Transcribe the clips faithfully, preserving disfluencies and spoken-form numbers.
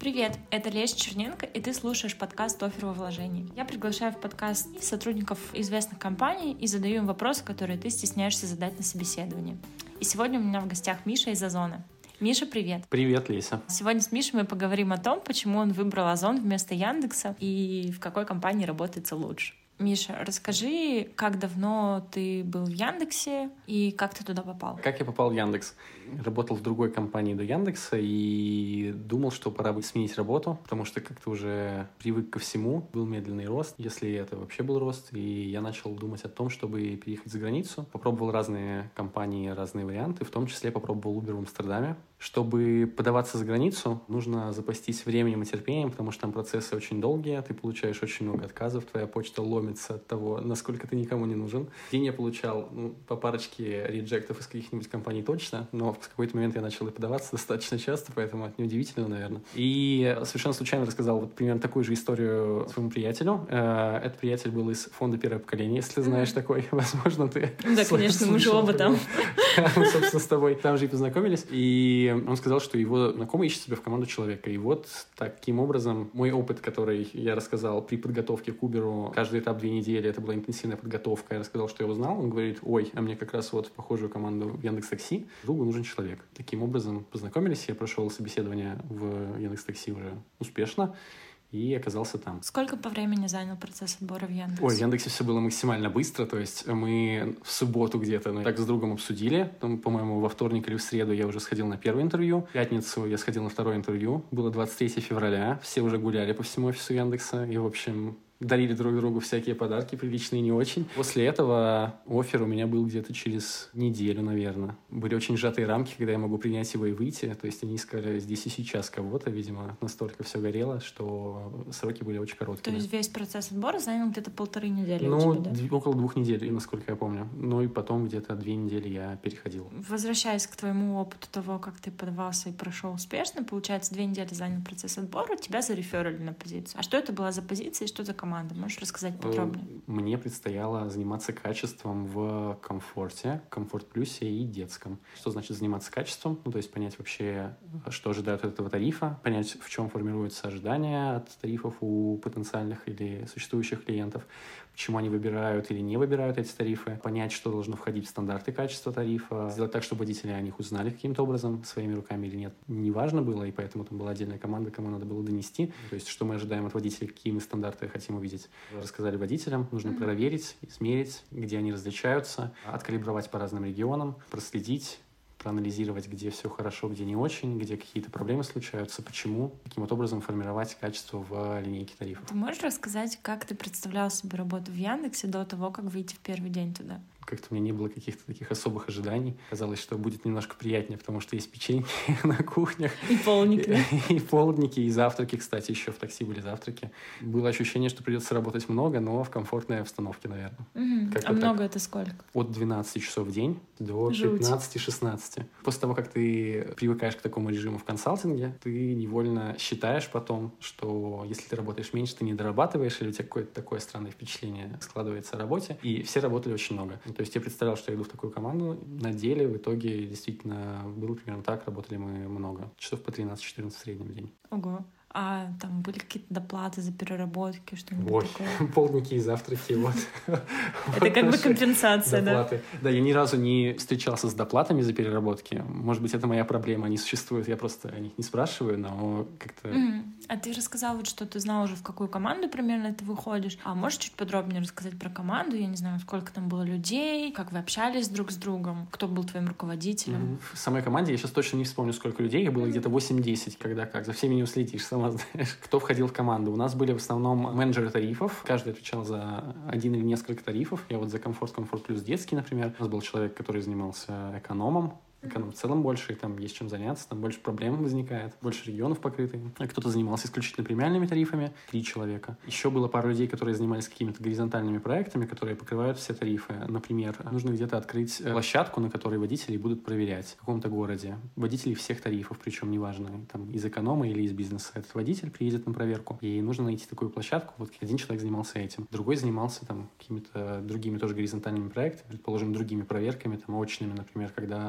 Привет, это Леся Черненко, и ты слушаешь подкаст «Офер во вложении». Я приглашаю в подкаст сотрудников известных компаний и задаю им вопросы, которые ты стесняешься задать на собеседовании. И сегодня у меня в гостях Миша из Озона. Миша, привет. Привет, Леся. Сегодня с Мишей мы поговорим о том, почему он выбрал Озон вместо Яндекса и в какой компании работается лучше. Миша, расскажи, как давно ты был в Яндексе и как ты туда попал? Как я попал в Яндекс? Работал в другой компании до Яндекса и думал, что пора бы сменить работу, потому что как-то уже привык ко всему, был медленный рост, если это вообще был рост, и я начал думать о том, чтобы переехать за границу. Попробовал разные компании, разные варианты, в том числе попробовал Uber в Амстердаме. Чтобы подаваться за границу, нужно запастись временем и терпением, потому что там процессы очень долгие, ты получаешь очень много отказов, твоя почта ломится от того, насколько ты никому не нужен. День я получал ну, по парочке реджектов из каких-нибудь компаний точно, но в какой-то момент я начал и подаваться достаточно часто, поэтому это неудивительно, наверное. И совершенно случайно рассказал вот примерно такую же историю своему приятелю. Этот приятель был из фонда «Первое поколение», если ты знаешь mm-hmm. такой, возможно, ты... Да, конечно, мы же оба там. Мы, собственно, с тобой там же и познакомились. И он сказал, что его знакомый ищет себе в команду человека. И вот таким образом мой опыт, который я рассказал при подготовке к Uber, каждый этап две недели, это была интенсивная подготовка. Я рассказал, что я узнал. Он говорит, ой, а мне как раз вот в похожую команду в Яндекс.Такси другу нужен человек. Таким образом познакомились. Я прошел собеседование в Яндекс.Такси уже успешно. И оказался там. Сколько по времени занял процесс отбора в Яндексе? Ой, в Яндексе все было максимально быстро, то есть мы в субботу где-то ну, так с другом обсудили, там, по-моему, во вторник или в среду я уже сходил на первое интервью, в пятницу я сходил на второе интервью, было двадцать третьего февраля, все уже гуляли по всему офису Яндекса, и, в общем... дарили друг другу всякие подарки, приличные и не очень. После этого оффер у меня был где-то через неделю, наверное. Были очень сжатые рамки, когда я могу принять его и выйти. То есть они искали здесь и сейчас кого-то, видимо, настолько все горело, что сроки были очень короткие. То есть весь процесс отбора занял где-то полторы недели ну, у тебя, да? д- около двух недель, насколько я помню. Ну и потом где-то две недели я переходил. Возвращаясь к твоему опыту того, как ты подавался и прошел успешно, получается, две недели занял процесс отбора, тебя зареферили на позицию. А что это была за позиция и что за команда? Можешь рассказать подробнее? Мне предстояло заниматься качеством в комфорте, комфорт плюсе и детском. Что значит заниматься качеством? Ну, то есть понять вообще, что ожидают от этого тарифа, понять, в чем формируются ожидания от тарифов у потенциальных или существующих клиентов, почему они выбирают или не выбирают эти тарифы, понять, что должно входить в стандарты качества тарифа, сделать так, чтобы водители о них узнали каким-то образом, своими руками или нет. Неважно было, и поэтому там была отдельная команда, кому надо было донести. То есть, что мы ожидаем от водителей, какие мы стандарты хотим увидеть. Рассказали водителям, нужно mm-hmm. проверить, измерить, где они различаются, откалибровать по разным регионам, проследить, проанализировать, где все хорошо, где не очень, где какие-то проблемы случаются, почему, каким вот образом формировать качество в линейке тарифов. Ты можешь рассказать, как ты представлял себе работу в Яндексе до того, как выйти в первый день туда? Как-то у меня не было каких-то таких особых ожиданий. Казалось, что будет немножко приятнее, потому что есть печеньки на кухнях. И полдники, да? И полдники, и завтраки, кстати, еще в такси были завтраки. Было ощущение, что придется работать много, но в комфортной обстановке, наверное. Угу. А много так. Это сколько? От двенадцати часов в день до пятнадцати-шестнадцати. После того, как ты привыкаешь к такому режиму в консалтинге, ты невольно считаешь потом, что если ты работаешь меньше, ты не дорабатываешь, или у тебя какое-то такое странное впечатление складывается о работе. И все работали очень много. То есть я представлял, что я иду в такую команду. На деле в итоге действительно было примерно так. Работали мы много. Часов по тринадцать-четырнадцать в среднем в день. Ого. А там были какие-то доплаты за переработки, что-нибудь Ой, такое? полдники и завтраки, вот. Это как бы компенсация, да? Да, я ни разу не встречался с доплатами за переработки. Может быть, это моя проблема, они существуют, я просто о них не спрашиваю, но как-то... А ты рассказал, вот, что ты знал уже, в какую команду примерно ты выходишь. А можешь чуть подробнее рассказать про команду? Я не знаю, сколько там было людей, как вы общались друг с другом, кто был твоим руководителем? В самой команде я сейчас точно не вспомню, сколько людей. Их было где-то восемь-десять, когда как. За всеми не уследишь, сама знаешь. Кто входил в команду? У нас были в основном менеджеры тарифов. Каждый отвечал за один или несколько тарифов. Я вот за комфорт, комфорт плюс детский, например. У нас был человек, который занимался экономом. Эконом в целом больше, и там есть чем заняться, там больше проблем возникает, больше регионов покрыты. А кто-то занимался исключительно премиальными тарифами, три человека. Еще было пару людей, которые занимались какими-то горизонтальными проектами, которые покрывают все тарифы. Например, нужно где-то открыть площадку, на которой водители будут проверять в каком-то городе. Водителей всех тарифов, причем неважно, там из эконома или из бизнеса. Этот водитель приедет на проверку, и нужно найти такую площадку. Вот один человек занимался этим, другой занимался там какими-то другими тоже горизонтальными проектами, предположим, другими проверками, там очными, например, когда уже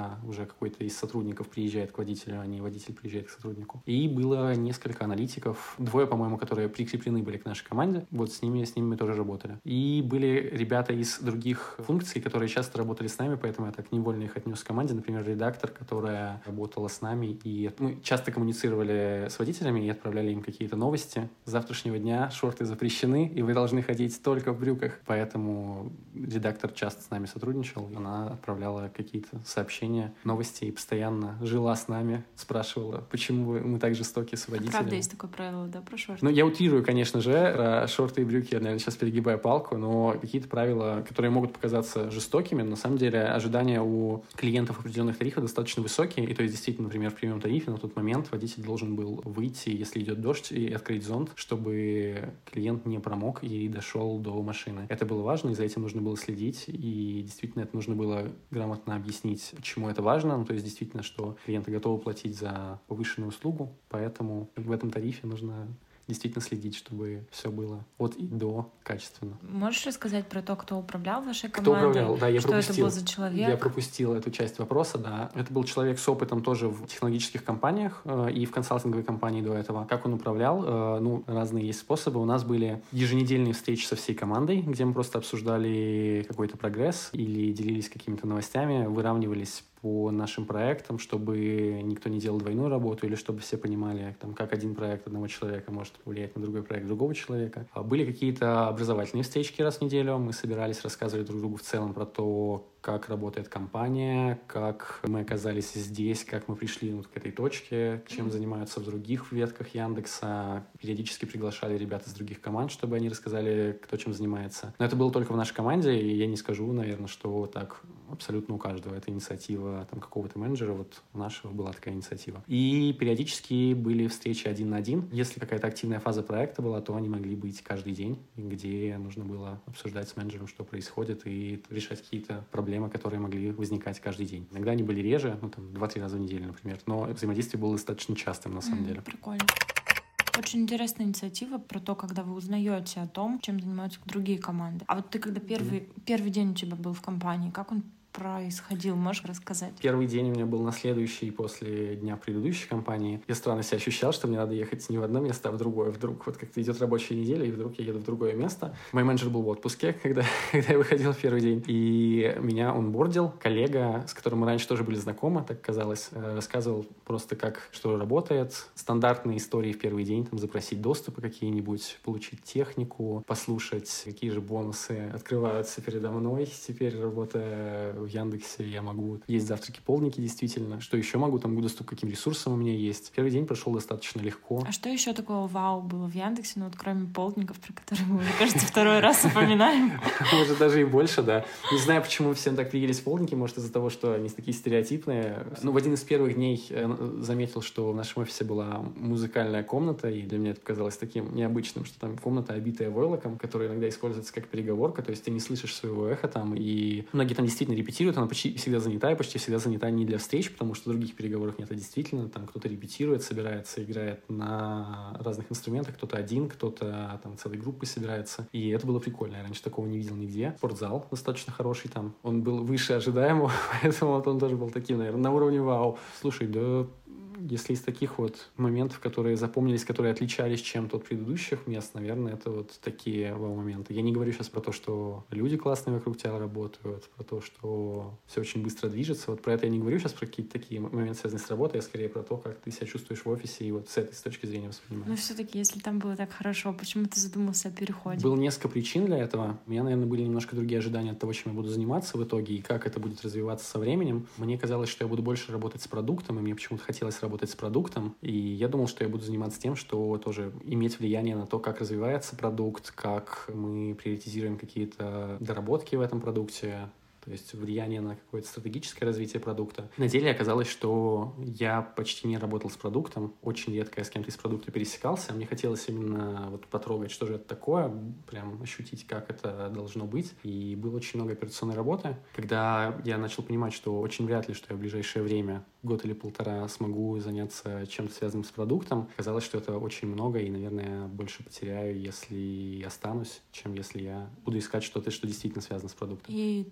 уже какой-то из сотрудников приезжает к водителю, а не водитель приезжает к сотруднику. И было несколько аналитиков, двое, по-моему, которые прикреплены были к нашей команде, вот с ними, с ними мы тоже работали. И были ребята из других функций, которые часто работали с нами, поэтому я так невольно их отнес к команде. Например, редактор, которая работала с нами, и мы часто коммуницировали с водителями и отправляли им какие-то новости. С завтрашнего дня шорты запрещены, и вы должны ходить только в брюках. Поэтому редактор часто с нами сотрудничал. Она отправляла какие-то сообщения, новости и постоянно жила с нами, спрашивала, почему мы так жестоки с водителями. Правда, есть такое правило, да, про шорты? Ну, я утрирую, конечно же, про шорты и брюки, я, наверное, сейчас перегибаю палку, но какие-то правила, которые могут показаться жестокими, на самом деле ожидания у клиентов определенных тарифов достаточно высокие, и то есть действительно, например, в премиум тарифе на тот момент водитель должен был выйти, если идет дождь, и открыть зонт, чтобы клиент не промок и дошел до машины. Это было важно, и за этим нужно было следить, и действительно это нужно было грамотно объяснить, почему это важно, ну, то есть действительно, что клиенты готовы платить за повышенную услугу, поэтому в этом тарифе нужно действительно следить, чтобы все было от и до качественно. Можешь рассказать про то, кто управлял вашей командой? Кто управлял, да, я что пропустил. это был за человек? Я пропустил эту часть вопроса, да. Это был человек с опытом тоже в технологических компаниях э, и в консалтинговой компании до этого. Как он управлял? Э, ну, разные есть способы. У нас были еженедельные встречи со всей командой, где мы просто обсуждали какой-то прогресс или делились какими-то новостями, выравнивались по нашим проектам, чтобы никто не делал двойную работу или чтобы все понимали, там, как один проект одного человека может повлиять на другой проект другого человека. Были какие-то образовательные встречки раз в неделю. Мы собирались, рассказывали друг другу в целом про то, как работает компания, как мы оказались здесь, как мы пришли вот к этой точке, чем занимаются в других ветках Яндекса. Периодически приглашали ребят из других команд, чтобы они рассказали, кто чем занимается. Но это было только в нашей команде, и я не скажу, наверное, что так абсолютно у каждого. Это инициатива там, какого-то менеджера, вот у нашего была такая инициатива. И периодически были встречи один на один. Если какая-то активная фаза проекта была, то они могли быть каждый день, где нужно было обсуждать с менеджером, что происходит, и решать какие-то проблемы, которые могли возникать каждый день. Иногда они были реже, ну там два-три раза в неделю, например, но взаимодействие было достаточно частым на самом mm, деле. Прикольно. Очень интересная инициатива про то, когда вы узнаете о том, чем занимаются другие команды. А вот ты когда первый, mm. первый день у тебя был в компании, как он происходил? Можешь рассказать? Первый день у меня был на следующий после дня предыдущей компании. Я странно себя ощущал, что мне надо ехать не в одно место, а в другое. Вдруг вот как-то идет рабочая неделя, и вдруг я еду в другое место. Мой менеджер был в отпуске, когда, когда я выходил в первый день. И меня онбордил коллега, с которым мы раньше тоже были знакомы, так казалось, рассказывал просто, как что работает. Стандартные истории в первый день, там, запросить доступы какие-нибудь, получить технику, послушать, какие же бонусы открываются передо мной. Теперь, работая в Яндексе, я могу есть завтраки, полдники, действительно. Что еще могу? Там доступ к каким ресурсам у меня есть. Первый день прошел достаточно легко. А что еще такого вау было в Яндексе, ну вот кроме полдников, про которые мы, мне кажется, второй раз упоминаем? Может, даже и больше, да. Не знаю, почему всем так приелись полдники. Может, из-за того, что они такие стереотипные. Ну, в один из первых дней заметил, что в нашем офисе была музыкальная комната, и для меня это показалось таким необычным, что там комната, обитая войлоком, которая иногда используется как переговорка, то есть ты не слышишь своего эха там, и многие там действительно репетируют, она почти всегда занята, и почти всегда занята не для встреч, потому что других переговоров нет, а действительно там кто-то репетирует, собирается, играет на разных инструментах, кто-то один, кто-то там целой группой собирается, и это было прикольно, я раньше такого не видел нигде. Спортзал достаточно хороший там, он был выше ожидаемого, поэтому вот он тоже был таким, наверное, на уровне вау. Слушай, да... Если из таких вот моментов, которые запомнились, которые отличались чем-то от предыдущих мест, наверное, это вот такие вау-моменты. Я не говорю сейчас про то, что люди классные вокруг тебя работают, про то, что все очень быстро движется. Вот про это я не говорю сейчас, про какие-то такие моменты, связанные с работой, а скорее про то, как ты себя чувствуешь в офисе и вот с этой с точки зрения воспринимаешь. Но все-таки, если там было так хорошо, почему ты задумался о переходе? Было несколько причин для этого. У меня, наверное, были немножко другие ожидания от того, чем я буду заниматься в итоге и как это будет развиваться со временем. Мне казалось, что я буду больше работать с продуктом, и мне почему-то хотелось работать с продуктом, и я думал, что я буду заниматься тем, что тоже иметь влияние на то, как развивается продукт, как мы приоритизируем какие-то доработки в этом продукте, то есть влияние на какое-то стратегическое развитие продукта. На деле оказалось, что я почти не работал с продуктом, очень редко я с кем-то из продукта пересекался, мне хотелось именно вот потрогать, что же это такое, прям ощутить, как это должно быть, и было очень много операционной работы. Когда я начал понимать, что очень вряд ли, что я в ближайшее время, год или полтора, смогу заняться чем-то связанным с продуктом, казалось, что это очень много, и, наверное, больше потеряю, если останусь, чем если я буду искать что-то, что действительно связано с продуктом. И ты решил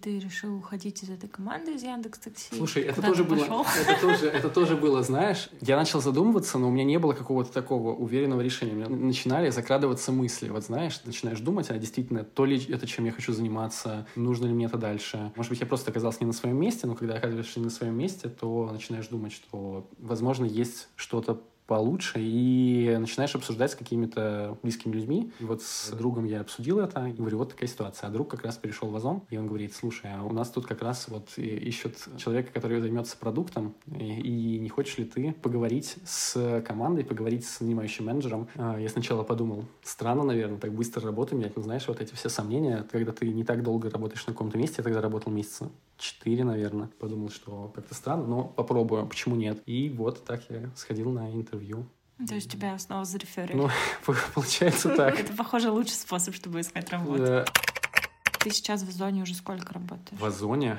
решил уходить из этой команды, из Яндекс.Такси? Слушай, это Куда тоже ты было, пошел? это тоже, это тоже было, знаешь, я начал задумываться, но у меня не было какого-то такого уверенного решения. У меня начинали закрадываться мысли. Вот знаешь, ты начинаешь думать, а действительно, то ли это, чем я хочу заниматься, нужно ли мне это дальше. Может быть, я просто оказался не на своем месте, но когда оказываешься не на своем месте, то начинаешь думать, что, возможно, есть что-то получше, и начинаешь обсуждать с какими-то близкими людьми. И вот с другом я обсудил это, и говорю, вот такая ситуация. А друг как раз перешел в Озон, и он говорит, слушай, а у нас тут как раз вот ищут человека, который займется продуктом, и, и не хочешь ли ты поговорить с командой, поговорить с нанимающим менеджером? Я сначала подумал, странно, наверное, так быстро работу менять, но знаешь, вот эти все сомнения, когда ты не так долго работаешь на каком-то месте, я тогда работал месяца четыре, наверное, подумал, что как-то странно, но попробую, почему нет. И вот так я сходил на интервью. То есть тебя снова зареферили? Ну, получается так. Это, похоже, лучший способ, чтобы искать работу. Ты сейчас в Озоне уже сколько работаешь? В Озоне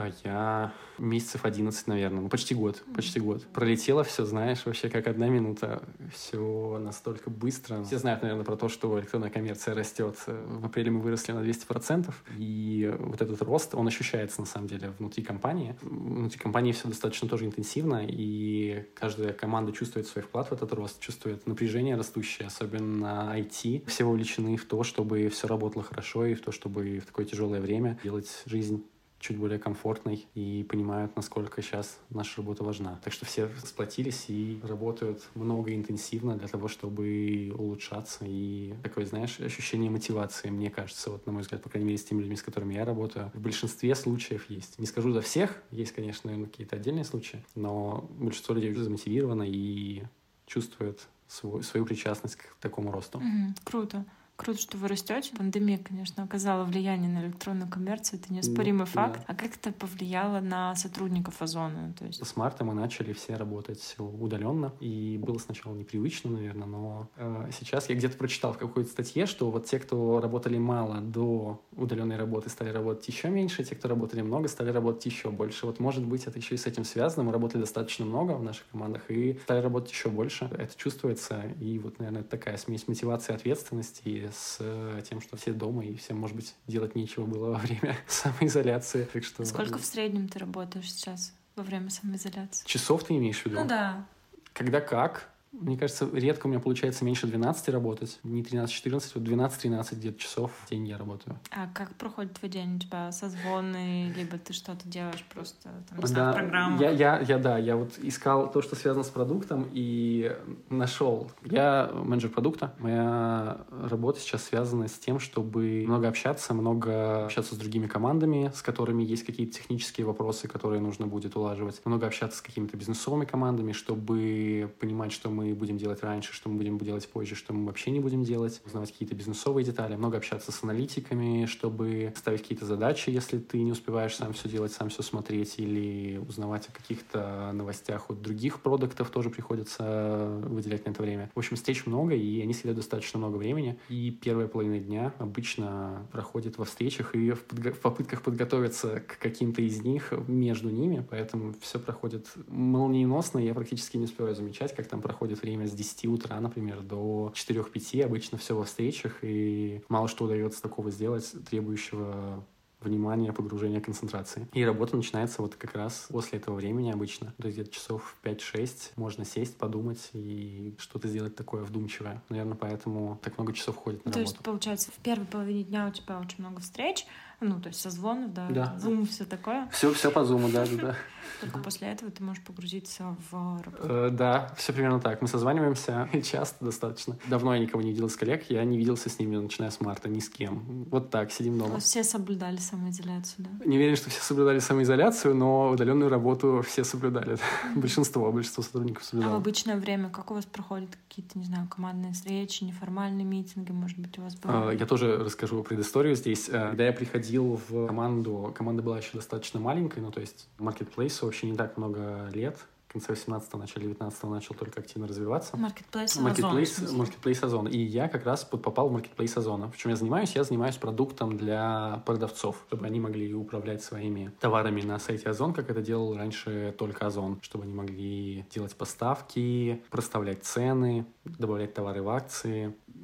я месяцев одиннадцать, наверное. Ну, почти год. Почти год. Пролетело все, знаешь, вообще как одна минута. Все настолько быстро. Все знают, наверное, про то, что электронная коммерция растет. В апреле мы выросли на двести процентов. И вот этот рост, он ощущается, на самом деле, внутри компании. Внутри компании все достаточно тоже интенсивно. И каждая команда чувствует свой вклад в этот рост, чувствует напряжение растущее, особенно на ай ти. Все вовлечены в то, чтобы все работало хорошо, и в то, чтобы в такое тяжелое время делать жизнь чуть более комфортной и понимают, насколько сейчас наша работа важна. Так что все сплотились и работают много интенсивно для того, чтобы улучшаться. И такое, знаешь, ощущение мотивации, мне кажется, вот на мой взгляд, по крайней мере, с теми людьми, с которыми я работаю, в большинстве случаев есть. Не скажу за всех, есть, конечно, наверное, какие-то отдельные случаи, но большинство людей замотивировано и чувствует свой, свою причастность к такому росту. Угу, круто. Круто, что вы растете. Пандемия, конечно, оказала влияние на электронную коммерцию, это неоспоримый ну, факт. Да. А как это повлияло на сотрудников Озона? То есть... С марта мы начали все работать удаленно, и было сначала непривычно, наверное, но э, сейчас я где-то прочитал в какой-то статье, что вот те, кто работали мало до удаленной работы, стали работать еще меньше, те, кто работали много, стали работать еще больше. Вот, может быть, это еще и с этим связано. Мы работали достаточно много в наших командах и стали работать еще больше. Это чувствуется, и вот, наверное, это такая смесь мотивации, ответственности с тем, что все дома, и всем, может быть, делать нечего было во время самоизоляции. Так что... Сколько в среднем ты работаешь сейчас во время самоизоляции? Часов ты имеешь в виду? Ну да. Когда как? Мне кажется, редко у меня получается меньше двенадцати работать. Не тринадцать-четырнадцать, вот двенадцать-тринадцать где-то часов в день я работаю. А как проходит твой день? У тебя созвоны, либо ты что-то делаешь просто там, не да, знаю, в программах? Я, я, я, да, я вот искал то, что связано с продуктом, и нашел. Я менеджер продукта. Моя работа сейчас связана с тем, чтобы много общаться, много общаться с другими командами, с которыми есть какие-то технические вопросы, которые нужно будет улаживать. Много общаться с какими-то бизнесовыми командами, чтобы понимать, что мы будем делать раньше, что мы будем делать позже, что мы вообще не будем делать, узнавать какие-то бизнесовые детали, много общаться с аналитиками, чтобы ставить какие-то задачи, если ты не успеваешь сам все делать, сам все смотреть, или узнавать о каких-то новостях от других продуктов, тоже приходится выделять на это время. В общем, встреч много, и они съедают достаточно много времени, и первая половина дня обычно проходит во встречах и в, подго- в попытках подготовиться к каким-то из них между ними, поэтому все проходит молниеносно, и я практически не успеваю замечать, как там проходит время с десяти утра, например, до четырёх-пяти, обычно все во встречах, и мало что удается такого сделать, требующего внимания, погружения, концентрации. И работа начинается вот как раз после этого времени обычно. То есть где-то часов пять-шесть можно сесть, подумать и что-то сделать такое вдумчивое. Наверное, поэтому так много часов ходит на то работу. То есть, получается, в первой половине дня у тебя очень много встреч, ну, то есть созвонов, да, да. Zoom, все такое. Все, все по Zoom, да, да, да. Только после этого ты можешь погрузиться в работу. Э, да, все примерно так. Мы созваниваемся часто достаточно. Давно я никого не видел из коллег, я не виделся с ними, начиная с марта, ни с кем. Вот так, сидим дома. Все соблюдали самоизоляцию, да? Не уверен, что все соблюдали самоизоляцию, но удаленную работу все соблюдали. Mm-hmm. Большинство, большинство сотрудников соблюдало. А в обычное время как у вас проходят какие-то, не знаю, командные встречи, неформальные митинги, может быть, у вас было? Я тоже расскажу предысторию здесь. Когда я приходил в команду, команда была еще достаточно маленькой, ну, то есть Marketplace вообще не так много лет. В конце восемнадцатого, начале девятнадцатого начал только активно развиваться. Marketplace Marketplace, Marketplace Озон. И я как раз попал в Marketplace Озона. В чем я занимаюсь? Я занимаюсь продуктом для продавцов, чтобы они могли управлять своими товарами на сайте Озон, как это делал раньше только Озон, чтобы они могли делать поставки, проставлять цены, добавлять товары в акции.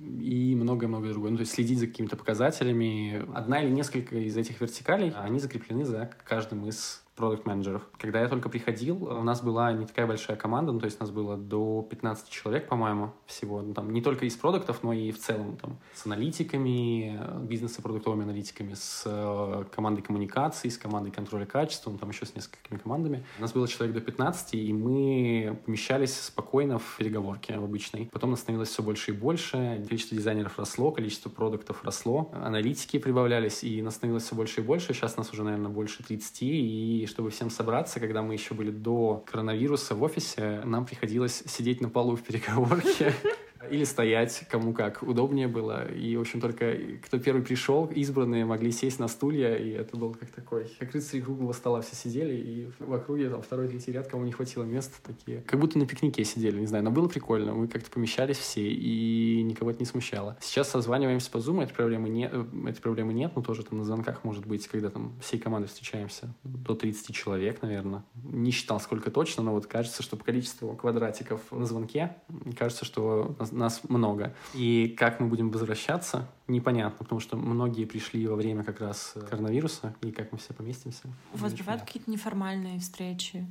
и многое-многое другое. Ну, то есть следить за какими-то показателями. Одна или несколько из этих вертикалей, они закреплены за каждым из продакт-менеджеров. Когда я только приходил, у нас была не такая большая команда, ну, то есть у нас было до пятнадцати человек, по-моему, всего. Ну, там, не только из продуктов, но и в целом там, с аналитиками, бизнес- и продуктовыми аналитиками, с э, командой коммуникации, с командой контроля качества, ну, там еще с несколькими командами. У нас было человек до пятнадцати, и мы помещались спокойно в переговорке в обычной. Потом нас становилось все больше и больше, количество дизайнеров росло, количество продуктов росло, аналитики прибавлялись, и нас становилось все больше и больше. Сейчас нас уже, наверное, больше тридцати, и чтобы всем собраться, когда мы еще были до коронавируса в офисе, нам приходилось сидеть на полу в переговорке или стоять, кому как удобнее было. И, в общем, только кто первый пришел, избранные могли сесть на стулья, и это был как такой, как рыцари круглого стола все сидели, и в округе там второй, третий ряд, кому не хватило места, такие, как будто на пикнике сидели, не знаю, но было прикольно, мы как-то помещались все, и никого это не смущало. Сейчас созваниваемся по Zoom, этой проблемы нет, этой проблемы нет, но тоже там на звонках может быть, когда там всей командой встречаемся, до тридцати человек, наверное. Не считал, сколько точно, но вот кажется, что по количеству квадратиков на звонке, кажется, что нас много. И как мы будем возвращаться, непонятно, потому что многие пришли во время как раз коронавируса, и как мы все поместимся. У вас бывают какие-то неформальные встречи?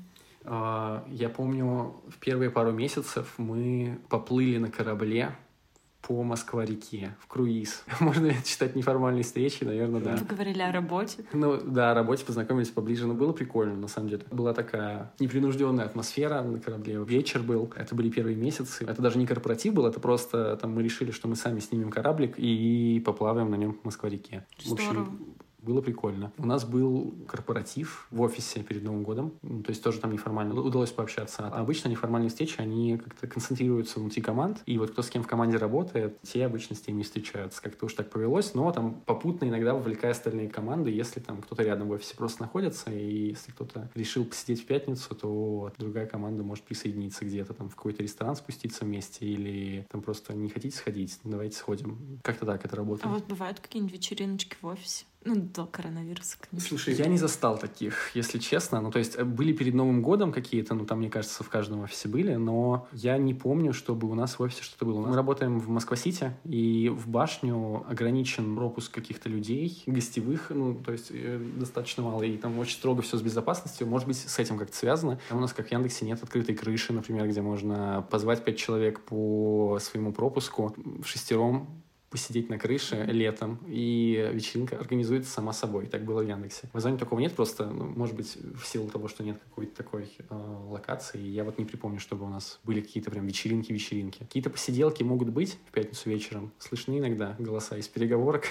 Я помню, в первые пару месяцев мы поплыли на корабле по Москва-реке, в круиз. Можно это считать неформальной встречей, наверное, да. Вы говорили о работе? Ну, да, о работе, познакомились поближе, но было прикольно, на самом деле. Была такая непринужденная атмосфера на корабле. Вечер был, это были первые месяцы. Это даже не корпоратив был, это просто там мы решили, что мы сами снимем кораблик и поплаваем на нем по Москва-реке. Здорово. Было прикольно. У нас был корпоратив в офисе перед Новым годом, то есть тоже там неформально удалось пообщаться. А обычно неформальные встречи, они как-то концентрируются внутри команд, и вот кто с кем в команде работает, те обычно с теми встречаются. Как-то уж так повелось, но там попутно иногда вовлекая остальные команды, если там кто-то рядом в офисе просто находится, и если кто-то решил посидеть в пятницу, то другая команда может присоединиться где-то там в какой-то ресторан, спуститься вместе, или там просто не хотите сходить, давайте сходим. Как-то так это работает. А вот бывают какие-нибудь вечериночки в офисе? Ну, до коронавируса, конечно. Слушай, я не застал таких, если честно. Ну, то есть были перед Новым годом какие-то, ну, там, мне кажется, в каждом офисе были, но я не помню, чтобы у нас в офисе что-то было. Мы работаем в Москва-Сити, и в башню ограничен пропуск каких-то людей, гостевых, ну, то есть э, достаточно мало, и там очень строго все с безопасностью. Может быть, с этим как-то связано. Там у нас, как в Яндексе, нет открытой крыши, например, где можно позвать пять человек по своему пропуску в шестером, посидеть на крыше летом, и вечеринка организуется сама собой. Так было в Яндексе. В Озоне такого нет, просто, ну, может быть, в силу того, что нет какой-то такой э, локации. Я вот не припомню, чтобы у нас были какие-то прям вечеринки-вечеринки. Какие-то посиделки могут быть в пятницу вечером. Слышны иногда голоса из переговорок,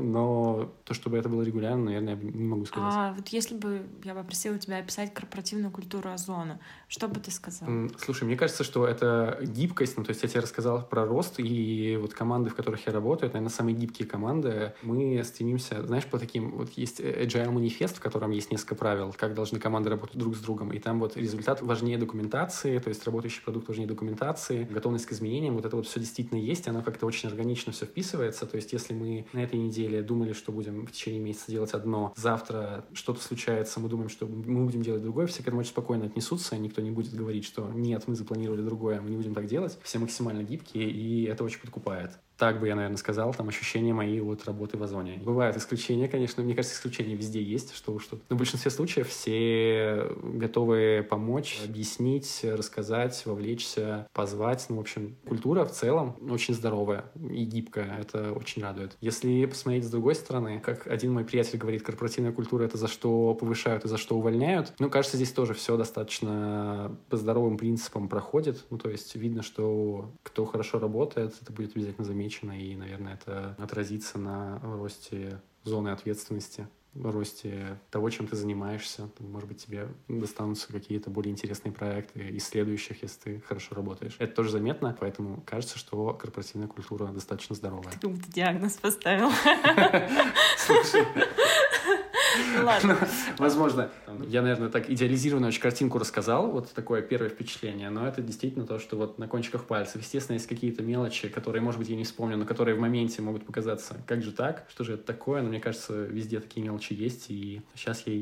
но то, чтобы это было регулярно, наверное, я не могу сказать. А вот если бы я попросила тебя описать корпоративную культуру Озона, что бы ты сказал? Слушай, мне кажется, что это гибкость. Ну, то есть я тебе рассказал про рост, и вот команды, в которых я работаю, это, наверное, самые гибкие команды. Мы стремимся, знаешь, по таким... Вот есть Agile манифест, в котором есть несколько правил, как должны команды работать друг с другом. И там вот результат важнее документации, то есть работающий продукт важнее документации, готовность к изменениям. Вот это вот все действительно есть, оно как-то очень органично все вписывается. То есть если мы на этой неделе думали, что будем в течение месяца делать одно, завтра что-то случается, мы думаем, что мы будем делать другое, все к этому очень спокойно отнесутся, никто не будет говорить, что нет, мы запланировали другое, мы не будем так делать. Все максимально гибкие, и это очень подкупает. Так бы я, наверное, сказал, там ощущения мои от работы в Озоне. Бывают исключения, конечно, мне кажется, исключения везде есть, что уж тут. Но в большинстве случаев все готовы помочь, объяснить, рассказать, вовлечься, позвать. Ну, в общем, культура в целом очень здоровая и гибкая, это очень радует. Если посмотреть с другой стороны, как один мой приятель говорит, корпоративная культура — это за что повышают и за что увольняют. Ну, кажется, здесь тоже все достаточно по здоровым принципам проходит. Ну, то есть видно, что кто хорошо работает, это будет обязательно заметно. И, наверное, это отразится на росте зоны ответственности, росте того, чем ты занимаешься. Может быть, тебе достанутся какие-то более интересные проекты из следующих, если ты хорошо работаешь. Это тоже заметно, поэтому кажется, что корпоративная культура достаточно здоровая. Ты как будто диагноз поставил. Слушай... Ладно. Возможно. Я, наверное, так идеализированную очень картинку рассказал, вот такое первое впечатление, но это действительно то, что вот на кончиках пальцев. Естественно, есть какие-то мелочи, которые, может быть, я не вспомню, но которые в моменте могут показаться, как же так, что же это такое, но мне кажется, везде такие мелочи есть, и сейчас я их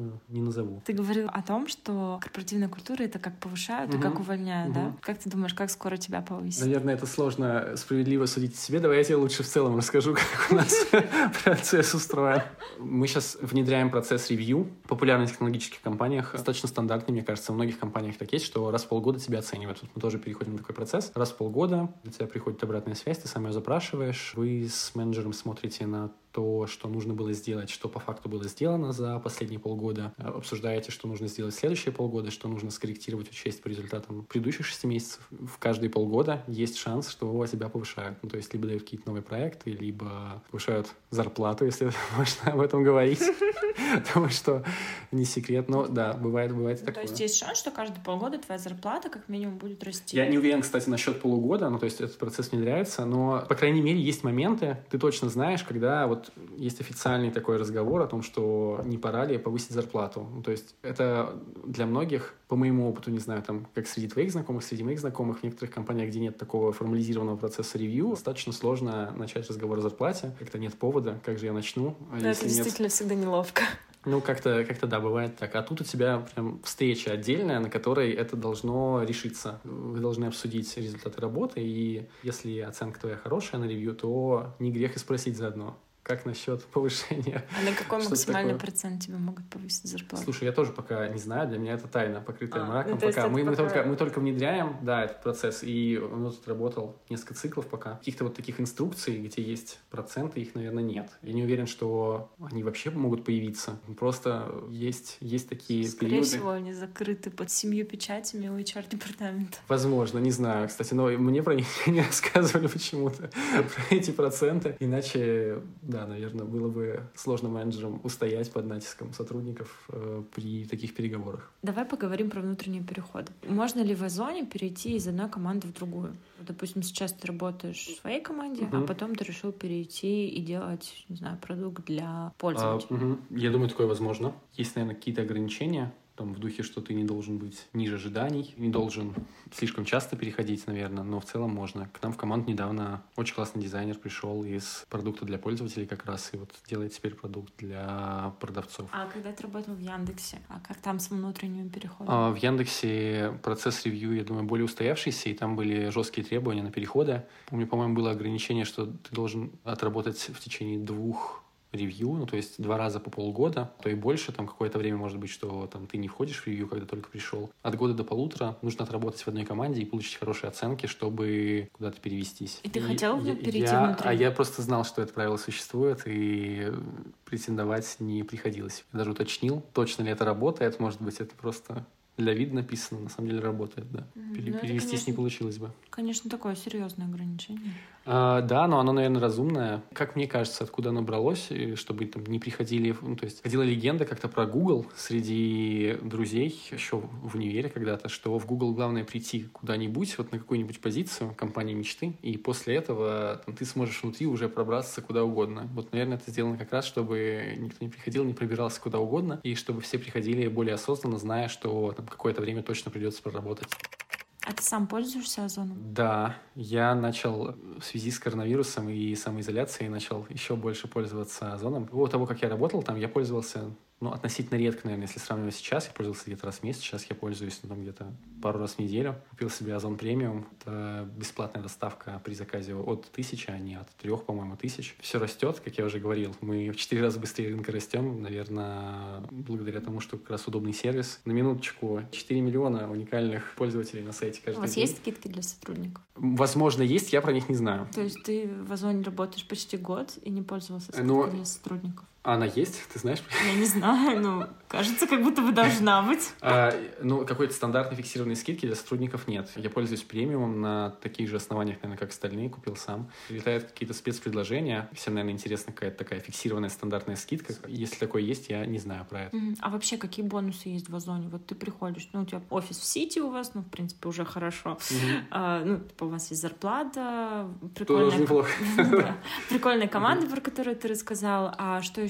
не назову. Ты говорил о том, что корпоративная культура — это как повышают, угу. и как увольняют, угу. да? Как ты думаешь, как скоро тебя повысят? Наверное, это сложно справедливо судить о себе. Давай я тебе лучше в целом расскажу, как у нас процесс устроен. Мы сейчас внедряем процесс ревью в популярных технологических компаниях. Достаточно стандартный, мне кажется. В многих компаниях так есть, что раз в полгода тебя оценивают. Мы тоже переходим на такой процесс. Раз в полгода у тебя приходит обратная связь, ты сам ее запрашиваешь. Вы с менеджером смотрите на то, что нужно было сделать, что по факту было сделано за последние полгода. Обсуждаете, что нужно сделать в следующие полгода, что нужно скорректировать, учесть по результатам предыдущих шести месяцев. В каждые полгода есть шанс, что тебя повышают. Ну, то есть либо дают какие-то новые проекты, либо повышают зарплату, если можно об этом говорить. Потому что не секрет, но да, бывает, бывает такое. То есть есть шанс, что каждые полгода твоя зарплата как минимум будет расти? Я не уверен, кстати, насчет полугода, ну, то есть этот процесс внедряется, но, по крайней мере, есть моменты, ты точно знаешь, когда вот есть официальный такой разговор о том, что не пора ли повысить зарплату. Ну, то есть это для многих, по моему опыту, не знаю, там, как среди твоих знакомых, среди моих знакомых, в некоторых компаниях, где нет такого формализированного процесса ревью, достаточно сложно начать разговор о зарплате. Как-то нет повода, как же я начну. Да, это действительно нет... всегда неловко. Ну, как-то, как-то, да, бывает так. А тут у тебя прям встреча отдельная, на которой это должно решиться. Вы должны обсудить результаты работы, и если оценка твоя хорошая на ревью, то не грех и спросить заодно. Как насчет повышения? А на какой максимальный процент тебе могут повысить зарплату? Слушай, я тоже пока не знаю, для меня это тайна, покрытая а, мраком. Ну, пока. Мы, пока... мы, только, мы только внедряем, да, этот процесс, и он тут работал несколько циклов пока. Каких-то вот таких инструкций, где есть проценты, их, наверное, нет. Я не уверен, что они вообще могут появиться. Просто есть, есть такие Скорее периоды. Скорее всего, они закрыты под семью печатями у эйч ар-департамента. Возможно, не знаю. Кстати, но мне про них не рассказывали почему-то, про эти проценты. Иначе... Да, наверное, было бы сложно менеджерам устоять под натиском сотрудников э, при таких переговорах. Давай поговорим про внутренние переходы. Можно ли в Озоне перейти из одной команды в другую? Допустим, сейчас ты работаешь в своей команде, uh-huh. а потом ты решил перейти и делать, не знаю, продукт для пользователей. Uh, uh-huh. Я думаю, такое возможно. Есть, наверное, какие-то ограничения. Там в духе, что ты не должен быть ниже ожиданий, не должен слишком часто переходить, наверное, но в целом можно. К нам в команду недавно очень классный дизайнер пришел из продукта для пользователей как раз, и вот делает теперь продукт для продавцов. А когда ты работал в Яндексе, а как там с внутренним переходом? А, в Яндексе процесс ревью, я думаю, более устоявшийся, и там были жесткие требования на переходы. Помню, по-моему, было ограничение, что ты должен отработать в течение двух ревью, ну, то есть два раза по полгода, то и больше, там какое-то время может быть, что там ты не входишь в ревью, когда только пришел. От года до полутора нужно отработать в одной команде и получить хорошие оценки, чтобы куда-то перевестись. И ты и хотел бы перейти я, внутрь? А я просто знал, что это правило существует, и претендовать не приходилось. Я даже уточнил, точно ли это работает, может быть, это просто... Для вида написано, на самом деле работает, да. Пере- ну, перевестись конечно, не получилось бы. Конечно, такое серьезное ограничение. А, да, но оно, наверное, разумное. Как мне кажется, откуда оно бралось, чтобы там не приходили... Ну, то есть ходила легенда как-то про Google среди друзей еще в универе когда-то, что в Google главное прийти куда-нибудь, вот на какую-нибудь позицию компании мечты, и после этого там, ты сможешь внутри уже пробраться куда угодно. Вот, наверное, это сделано как раз, чтобы никто не приходил, не пробирался куда угодно, и чтобы все приходили более осознанно, зная, что там, какое-то время точно придется проработать. А ты сам пользуешься Озоном? Да, я начал в связи с коронавирусом и самоизоляцией начал еще больше пользоваться Озоном. До того, как я работал там, я пользовался, ну, относительно редко, наверное, если сравнивать сейчас. Я пользовался где-то раз в месяц, сейчас я пользуюсь, ну, там, где-то пару раз в неделю. Купил себе Озон премиум. Это бесплатная доставка при заказе от тысячи, а не от трех, по-моему, тысяч. Все растет, как я уже говорил. Мы в четыре раза быстрее рынка растем, наверное, благодаря тому, что как раз удобный сервис. На минуточку, четыре миллиона уникальных пользователей на сайте каждый день. У вас есть скидки для сотрудников? Возможно, есть, я про них не знаю. То есть ты в Озоне работаешь почти год и не пользовался скидкой Но... для сотрудников? А она есть? Ты знаешь? Я не знаю, но кажется, как будто бы должна быть. А, ну, какой-то стандартной фиксированной скидки для сотрудников нет. Я пользуюсь премиумом на таких же основаниях, наверное, как остальные, купил сам. Прилетают какие-то спецпредложения. Всем, наверное, интересна какая-то такая фиксированная стандартная скидка. Если такое есть, я не знаю про это. Mm-hmm. А вообще, какие бонусы есть в Озоне? Вот ты приходишь, ну, у тебя офис в Сити у вас, ну, в принципе, уже хорошо. Mm-hmm. А, ну, типа, у вас есть зарплата, прикольная, неплохо. Прикольная команда, про которую ты рассказал. А что еще?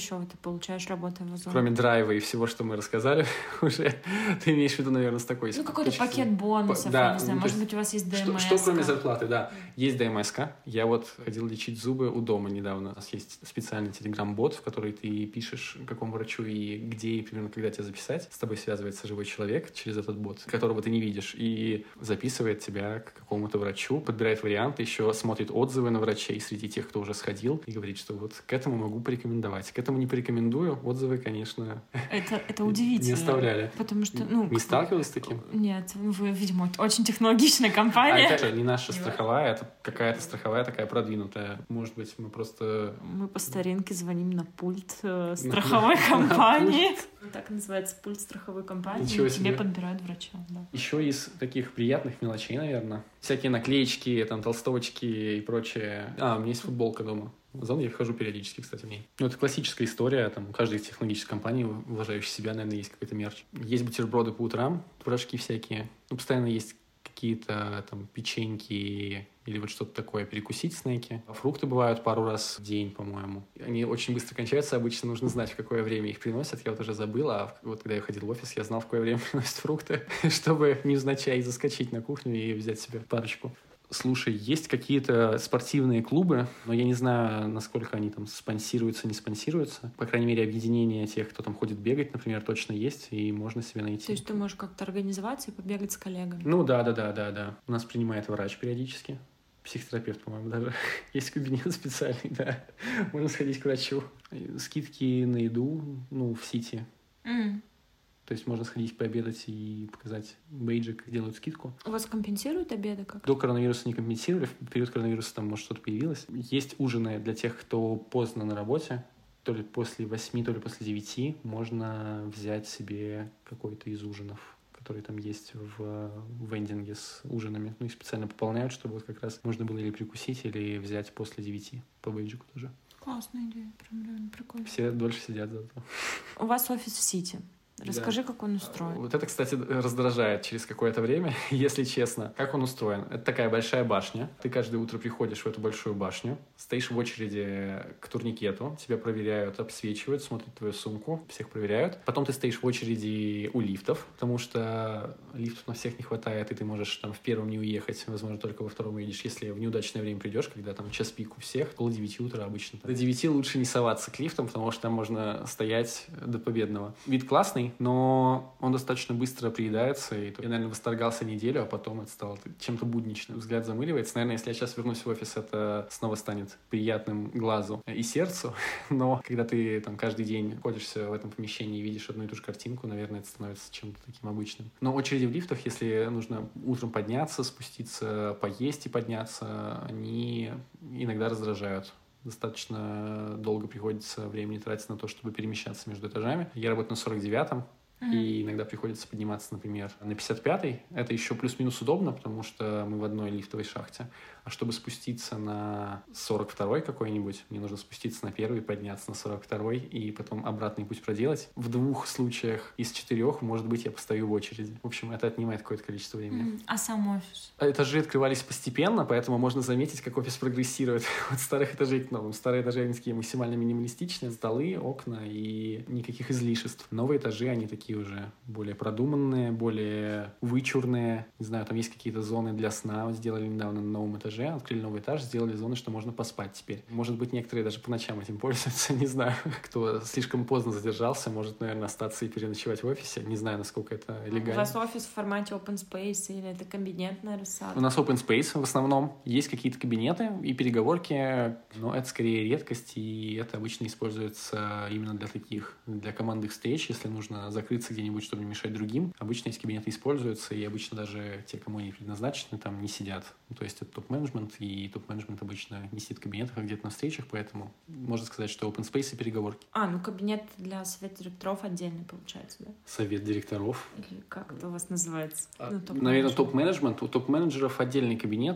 еще ты получаешь, работая в Озоне? Кроме драйва и всего, что мы рассказали, уже ты имеешь в виду, наверное, с такой... Ну, какой-то пакет бонусов, да, я не знаю, ну, может быть, у вас есть ДМС-ка. Что, что кроме зарплаты, да. Есть ДМС-ка. Я вот ходил лечить зубы у дома недавно. У нас есть специальный телеграм-бот, в который ты пишешь, какому врачу и где, и примерно когда тебя записать. С тобой связывается живой человек через этот бот, которого ты не видишь, и записывает тебя к какому-то врачу, подбирает варианты, еще смотрит отзывы на врачей среди тех, кто уже сходил, и говорит, что вот к этому могу порекомендовать. К этому не порекомендую. Отзывы, конечно, это, это удивительно. Не оставляли. Потому что, ну... Не сталкивались с таким? Нет, вы, видимо, очень технологичная компания. А это не наша страховая, это какая-то страховая такая продвинутая. Может быть, мы просто... Мы по старинке звоним на пульт э, страховой компании. Так называется пульт страховой компании. Ничего и себе. тебе подбирают врача. Да. Еще из таких приятных мелочей, наверное. Всякие наклеечки, там, толстовочки и прочее. А, у меня есть футболка дома. В Озон я вхожу периодически, кстати, в ней. Ну, это классическая история. Там, у каждой технологической компании, уважающей себя, наверное, есть какой-то мерч. Есть бутерброды по утрам, пирожки всякие. Ну, постоянно есть какие-то там печеньки или вот что-то такое, перекусить снеки. Фрукты бывают пару раз в день, по-моему. Они очень быстро кончаются, обычно нужно знать, в какое время их приносят. Я вот уже забыл, а вот когда я ходил в офис, я знал, в какое время приносят фрукты, чтобы невзначай заскочить на кухню и взять себе парочку. Слушай, есть какие-то спортивные клубы, но я не знаю, насколько они там спонсируются, не спонсируются. По крайней мере, объединение тех, кто там ходит бегать, например, точно есть, и можно себе найти. То есть ты можешь как-то организоваться и побегать с коллегами? Ну да, да, да, да, да. У нас принимает врач периодически. Психотерапевт, по-моему, даже. Есть кабинет специальный, да. Можно сходить к врачу. Скидки на еду, ну, в Сити. Mm. То есть можно сходить пообедать и показать бейджик, делают скидку. У вас компенсируют обеды как-то? До коронавируса не компенсировали, в период коронавируса там, может, что-то появилось. Есть ужины для тех, кто поздно на работе, то ли после восьми, то ли после девяти. Можно взять себе какой-то из ужинов, которые там есть в вендинге с ужинами. Ну, их специально пополняют, чтобы вот как раз можно было или прикусить, или взять после девяти по бейджику тоже. Классная идея, прям реально прикольно. Все дольше сидят зато. У вас офис в Сити. Расскажи, да. Как он устроен. Вот это, кстати, раздражает через какое-то время, если честно. Как он устроен? Это такая большая башня. Ты каждое утро приходишь в эту большую башню, стоишь в очереди к турникету, тебя проверяют, обсвечивают, смотрят твою сумку, всех проверяют. Потом ты стоишь в очереди у лифтов, потому что лифтов на всех не хватает, и ты можешь там в первом не уехать, возможно, только во втором уедешь, если в неудачное время придешь, когда там час пик у всех, пол девяти утра обычно. До девяти лучше не соваться к лифтам, потому что там можно стоять до победного. Вид классный, но он достаточно быстро приедается, и я, наверное, восторгался неделю, а потом это стало чем-то будничным. Взгляд замыливается. Наверное, если я сейчас вернусь в офис, это снова станет приятным глазу и сердцу, но когда ты там каждый день ходишься в этом помещении и видишь одну и ту же картинку, наверное, это становится чем-то таким обычным. Но очереди в лифтах, если нужно утром подняться, спуститься, поесть и подняться, они иногда раздражают. Достаточно долго приходится времени тратить на то, чтобы перемещаться между этажами. Я работаю на сорок девятом, mm-hmm. и иногда приходится подниматься, например, на пятьдесят пятой. Это еще плюс-минус удобно, потому что мы в одной лифтовой шахте. А чтобы спуститься на сорок второй какой-нибудь, мне нужно спуститься на первый, подняться на сорок второй и потом обратный путь проделать. В двух случаях из четырех, может быть, я постою в очереди. В общем, это отнимает какое-то количество времени. Mm. А сам офис? Этажи открывались постепенно, поэтому можно заметить, как офис прогрессирует от старых этажей к новым. Старые этажи, они такие максимально минималистичные. Столы, окна и никаких излишеств. Новые этажи, они такие уже более продуманные, более вычурные. Не знаю, там есть какие-то зоны для сна. Вот сделали недавно на новом этаже. Открыли новый этаж, сделали зоны, что можно поспать теперь. Может быть, некоторые даже по ночам этим пользуются. Не знаю, кто слишком поздно задержался, может, наверное, остаться и переночевать в офисе. Не знаю, насколько это легально. У вас офис в формате open space или это кабинетная рассадка? У нас open space в основном. Есть какие-то кабинеты и переговорки, но это скорее редкость, и это обычно используется именно для таких, для командных встреч, если нужно закрыться где-нибудь, чтобы не мешать другим. Обычно эти кабинеты используются, и обычно даже те, кому они предназначены, там не сидят. Ну, то есть это топ-менеджмент, и топ-менеджмент обычно не сидит в кабинетах, а где-то на встречах, поэтому можно сказать, что open space и переговорки. А, ну кабинет для совета директоров отдельный получается, да? Совет директоров. Или как это у вас называется? А, ну, топ-менеджмент. Наверное, топ-менеджмент. У топ-менеджеров отдельные кабинеты.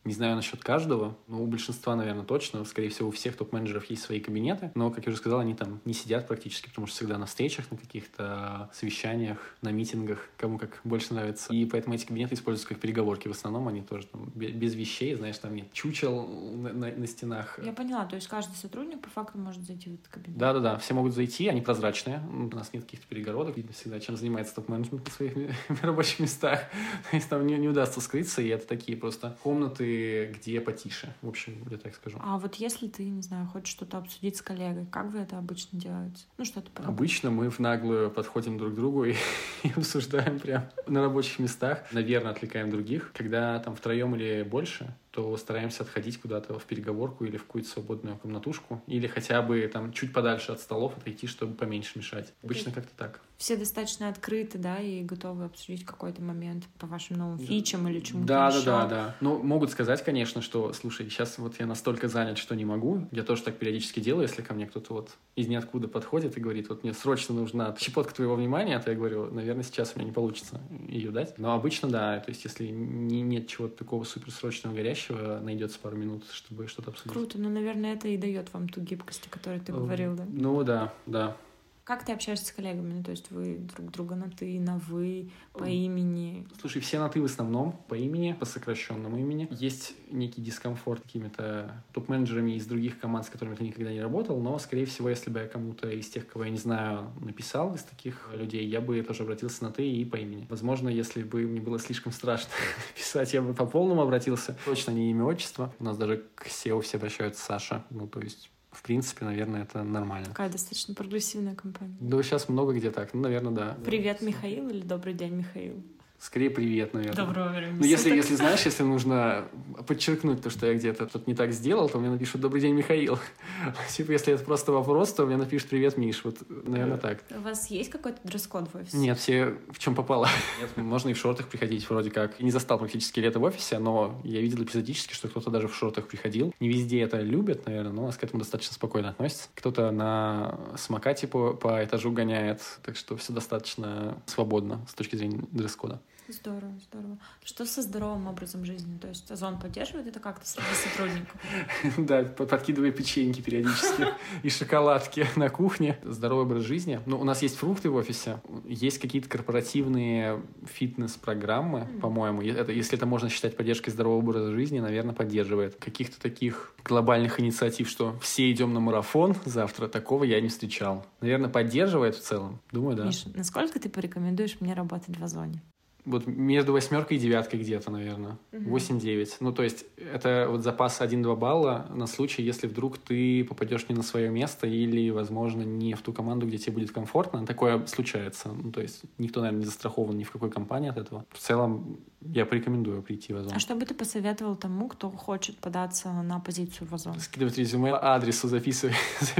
Не знаю насчет каждого, но у большинства, наверное, точно. Скорее всего, у всех топ-менеджеров есть свои кабинеты. Но, как я уже сказал, они там не сидят практически, потому что всегда на встречах, на каких-то совещаниях, на митингах, кому как больше нравится. И поэтому эти кабинеты используются как переговорки. В основном они тоже там без вещей, знаешь, там нет чучел на, на, на стенах. Я поняла, то есть каждый сотрудник по факту может зайти в этот кабинет. Да-да-да, все могут зайти, они прозрачные. У нас нет каких-то перегородок. Видно всегда, чем занимается топ-менеджмент на своих рабочих местах. То есть там не, не удастся скрыться, и это такие просто комнаты, где потише. В общем, я так скажу. А вот если ты, не знаю, хочешь что-то обсудить с коллегой, как вы это обычно делаете? Ну, что-то по работе. Обычно мы в наглую подходим друг к другу и, и обсуждаем прям на рабочих местах. Наверное, отвлекаем других. Когда там втроем или больше, то стараемся отходить куда-то в переговорку или в какую-то свободную комнатушку, или хотя бы там чуть подальше от столов отойти, чтобы поменьше мешать. Обычно как-то так. Все достаточно открыты, да, и готовы обсудить какой-то момент по вашим новым фичам или чему-то да, еще. Да, да, да. Ну, могут сказать, конечно, что, слушай, сейчас вот я настолько занят, что не могу. Я тоже так периодически делаю, если ко мне кто-то вот из ниоткуда подходит и говорит, вот мне срочно нужна щепотка твоего внимания, то я говорю, наверное, сейчас у меня не получится ее дать. Но обычно, да, то есть если не, нет чего-то такого суперсрочного, горящего, найдется пару минут, чтобы что-то обсудить. Круто, но, наверное, это и дает вам ту гибкость, о которой ты говорил, да? Ну, да, да. Как ты общаешься с коллегами? Ну, то есть вы друг друга на «ты», на «вы», по имени? Слушай, все на «ты» в основном, по имени, по сокращенному имени. Есть некий дискомфорт какими-то топ-менеджерами из других команд, с которыми ты никогда не работал, но, скорее всего, если бы я кому-то из тех, кого я не знаю, написал из таких людей, я бы тоже обратился на «ты» и по имени. Возможно, если бы мне было слишком страшно писать, я бы по полному обратился. Точно не имя, отчество. У нас даже к сео все обращаются Саша. Ну, то есть... В принципе, наверное, это нормально. Такая достаточно прогрессивная компания. Да, сейчас много где так. Ну, наверное, да. Привет, Михаил, или добрый день, Михаил? Скорее, привет, наверное. Доброго времени. Ну, если, если, знаешь, если нужно подчеркнуть то, что я где-то тут не так сделал, то мне напишут «Добрый день, Михаил». Типа, если это просто вопрос, то мне напишут «Привет, Миш». Вот, наверное, так. У вас есть какой-то дресс-код в офисе? Нет, все в чем попало. Нет, можно и в шортах приходить, вроде как. Не застал практически лето в офисе, но я видел эпизодически, что кто-то даже в шортах приходил. Не везде это любят, наверное, но у нас к этому достаточно спокойно относятся. Кто-то на самокате по, по этажу гоняет, так что все достаточно свободно с точки зрения дресс-кода. Здорово, здорово. Что со здоровым образом жизни? То есть Озон поддерживает это как-то среди сотрудников? Да, подкидывая печеньки периодически и шоколадки на кухне. Здоровый образ жизни. Ну, у нас есть фрукты в офисе, есть какие-то корпоративные фитнес-программы, по-моему. Это, если это можно считать поддержкой здорового образа жизни, наверное, поддерживает. Каких-то таких глобальных инициатив, что все идем на марафон завтра, такого я не встречал. Наверное, поддерживает в целом. Думаю, да. Миша, насколько ты порекомендуешь мне работать в Озоне? Вот между восьмеркой и девяткой где-то, наверное. Uh-huh. восемь-девять. Ну, то есть это вот запас один-два балла на случай, если вдруг ты попадешь не на свое место или, возможно, не в ту команду, где тебе будет комфортно. Такое случается. Ну, то есть никто, наверное, не застрахован ни в какой компании от этого. В целом, я порекомендую прийти в Озон. А что бы ты посоветовал тому, кто хочет податься на позицию в Озон? Скидывать резюме, адресу записывайте.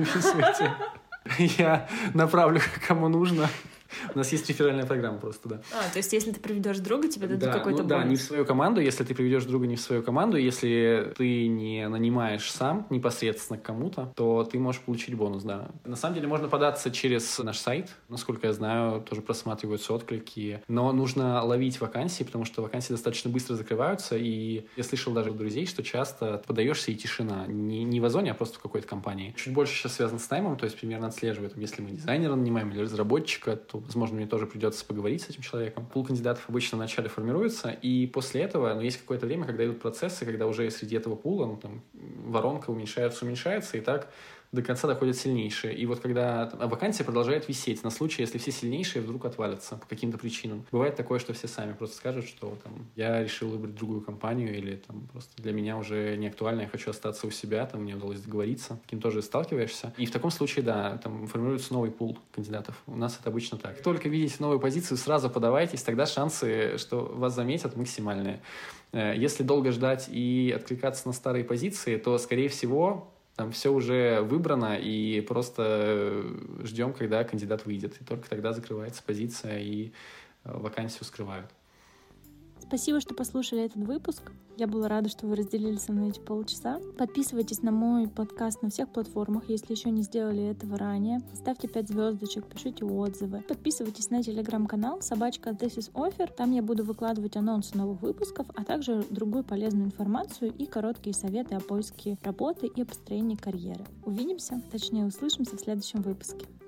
Я направлю, кому нужно. У нас есть реферальная программа просто, да. А, то есть если ты приведешь друга, тебе дадут да, какой-то ну, бонус? Да, не в свою команду, если ты приведешь друга не в свою команду, если ты не нанимаешь сам непосредственно к кому-то, то ты можешь получить бонус, да. На самом деле можно податься через наш сайт, насколько я знаю, тоже просматриваются отклики, но нужно ловить вакансии, потому что вакансии достаточно быстро закрываются, и я слышал даже у друзей, что часто подаешься и тишина, не, не в Озоне, а просто в какой-то компании. Чуть больше сейчас связано с наймом, то есть примерно отслеживает, если мы дизайнера нанимаем или разработчика, то возможно, мне тоже придется поговорить с этим человеком. Пул кандидатов обычно вначале формируется, и после этого, ну, есть какое-то время, когда идут процессы, когда уже среди этого пула, ну, там, воронка уменьшается, уменьшается, и так до конца доходят сильнейшие. И вот когда там, вакансия продолжает висеть на случай, если все сильнейшие вдруг отвалятся по каким-то причинам. Бывает такое, что все сами просто скажут, что там, я решил выбрать другую компанию, или там просто для меня уже не актуально, я хочу остаться у себя, там мне удалось договориться, с кем тоже сталкиваешься. И в таком случае, да, там формируется новый пул кандидатов. У нас это обычно так. Только видите новую позицию, сразу подавайтесь, тогда шансы, что вас заметят, максимальные. Если долго ждать и откликаться на старые позиции, то, скорее всего, там все уже выбрано, и просто ждем, когда кандидат выйдет. И только тогда закрывается позиция, и вакансию скрывают. Спасибо, что послушали этот выпуск. Я была рада, что вы разделили со мной эти полчаса. Подписывайтесь на мой подкаст на всех платформах, если еще не сделали этого ранее. Ставьте пять звездочек, пишите отзывы. Подписывайтесь на телеграм-канал собачка This is Offer. Там я буду выкладывать анонсы новых выпусков, а также другую полезную информацию и короткие советы о поиске работы и о построении карьеры. Увидимся, точнее услышимся в следующем выпуске.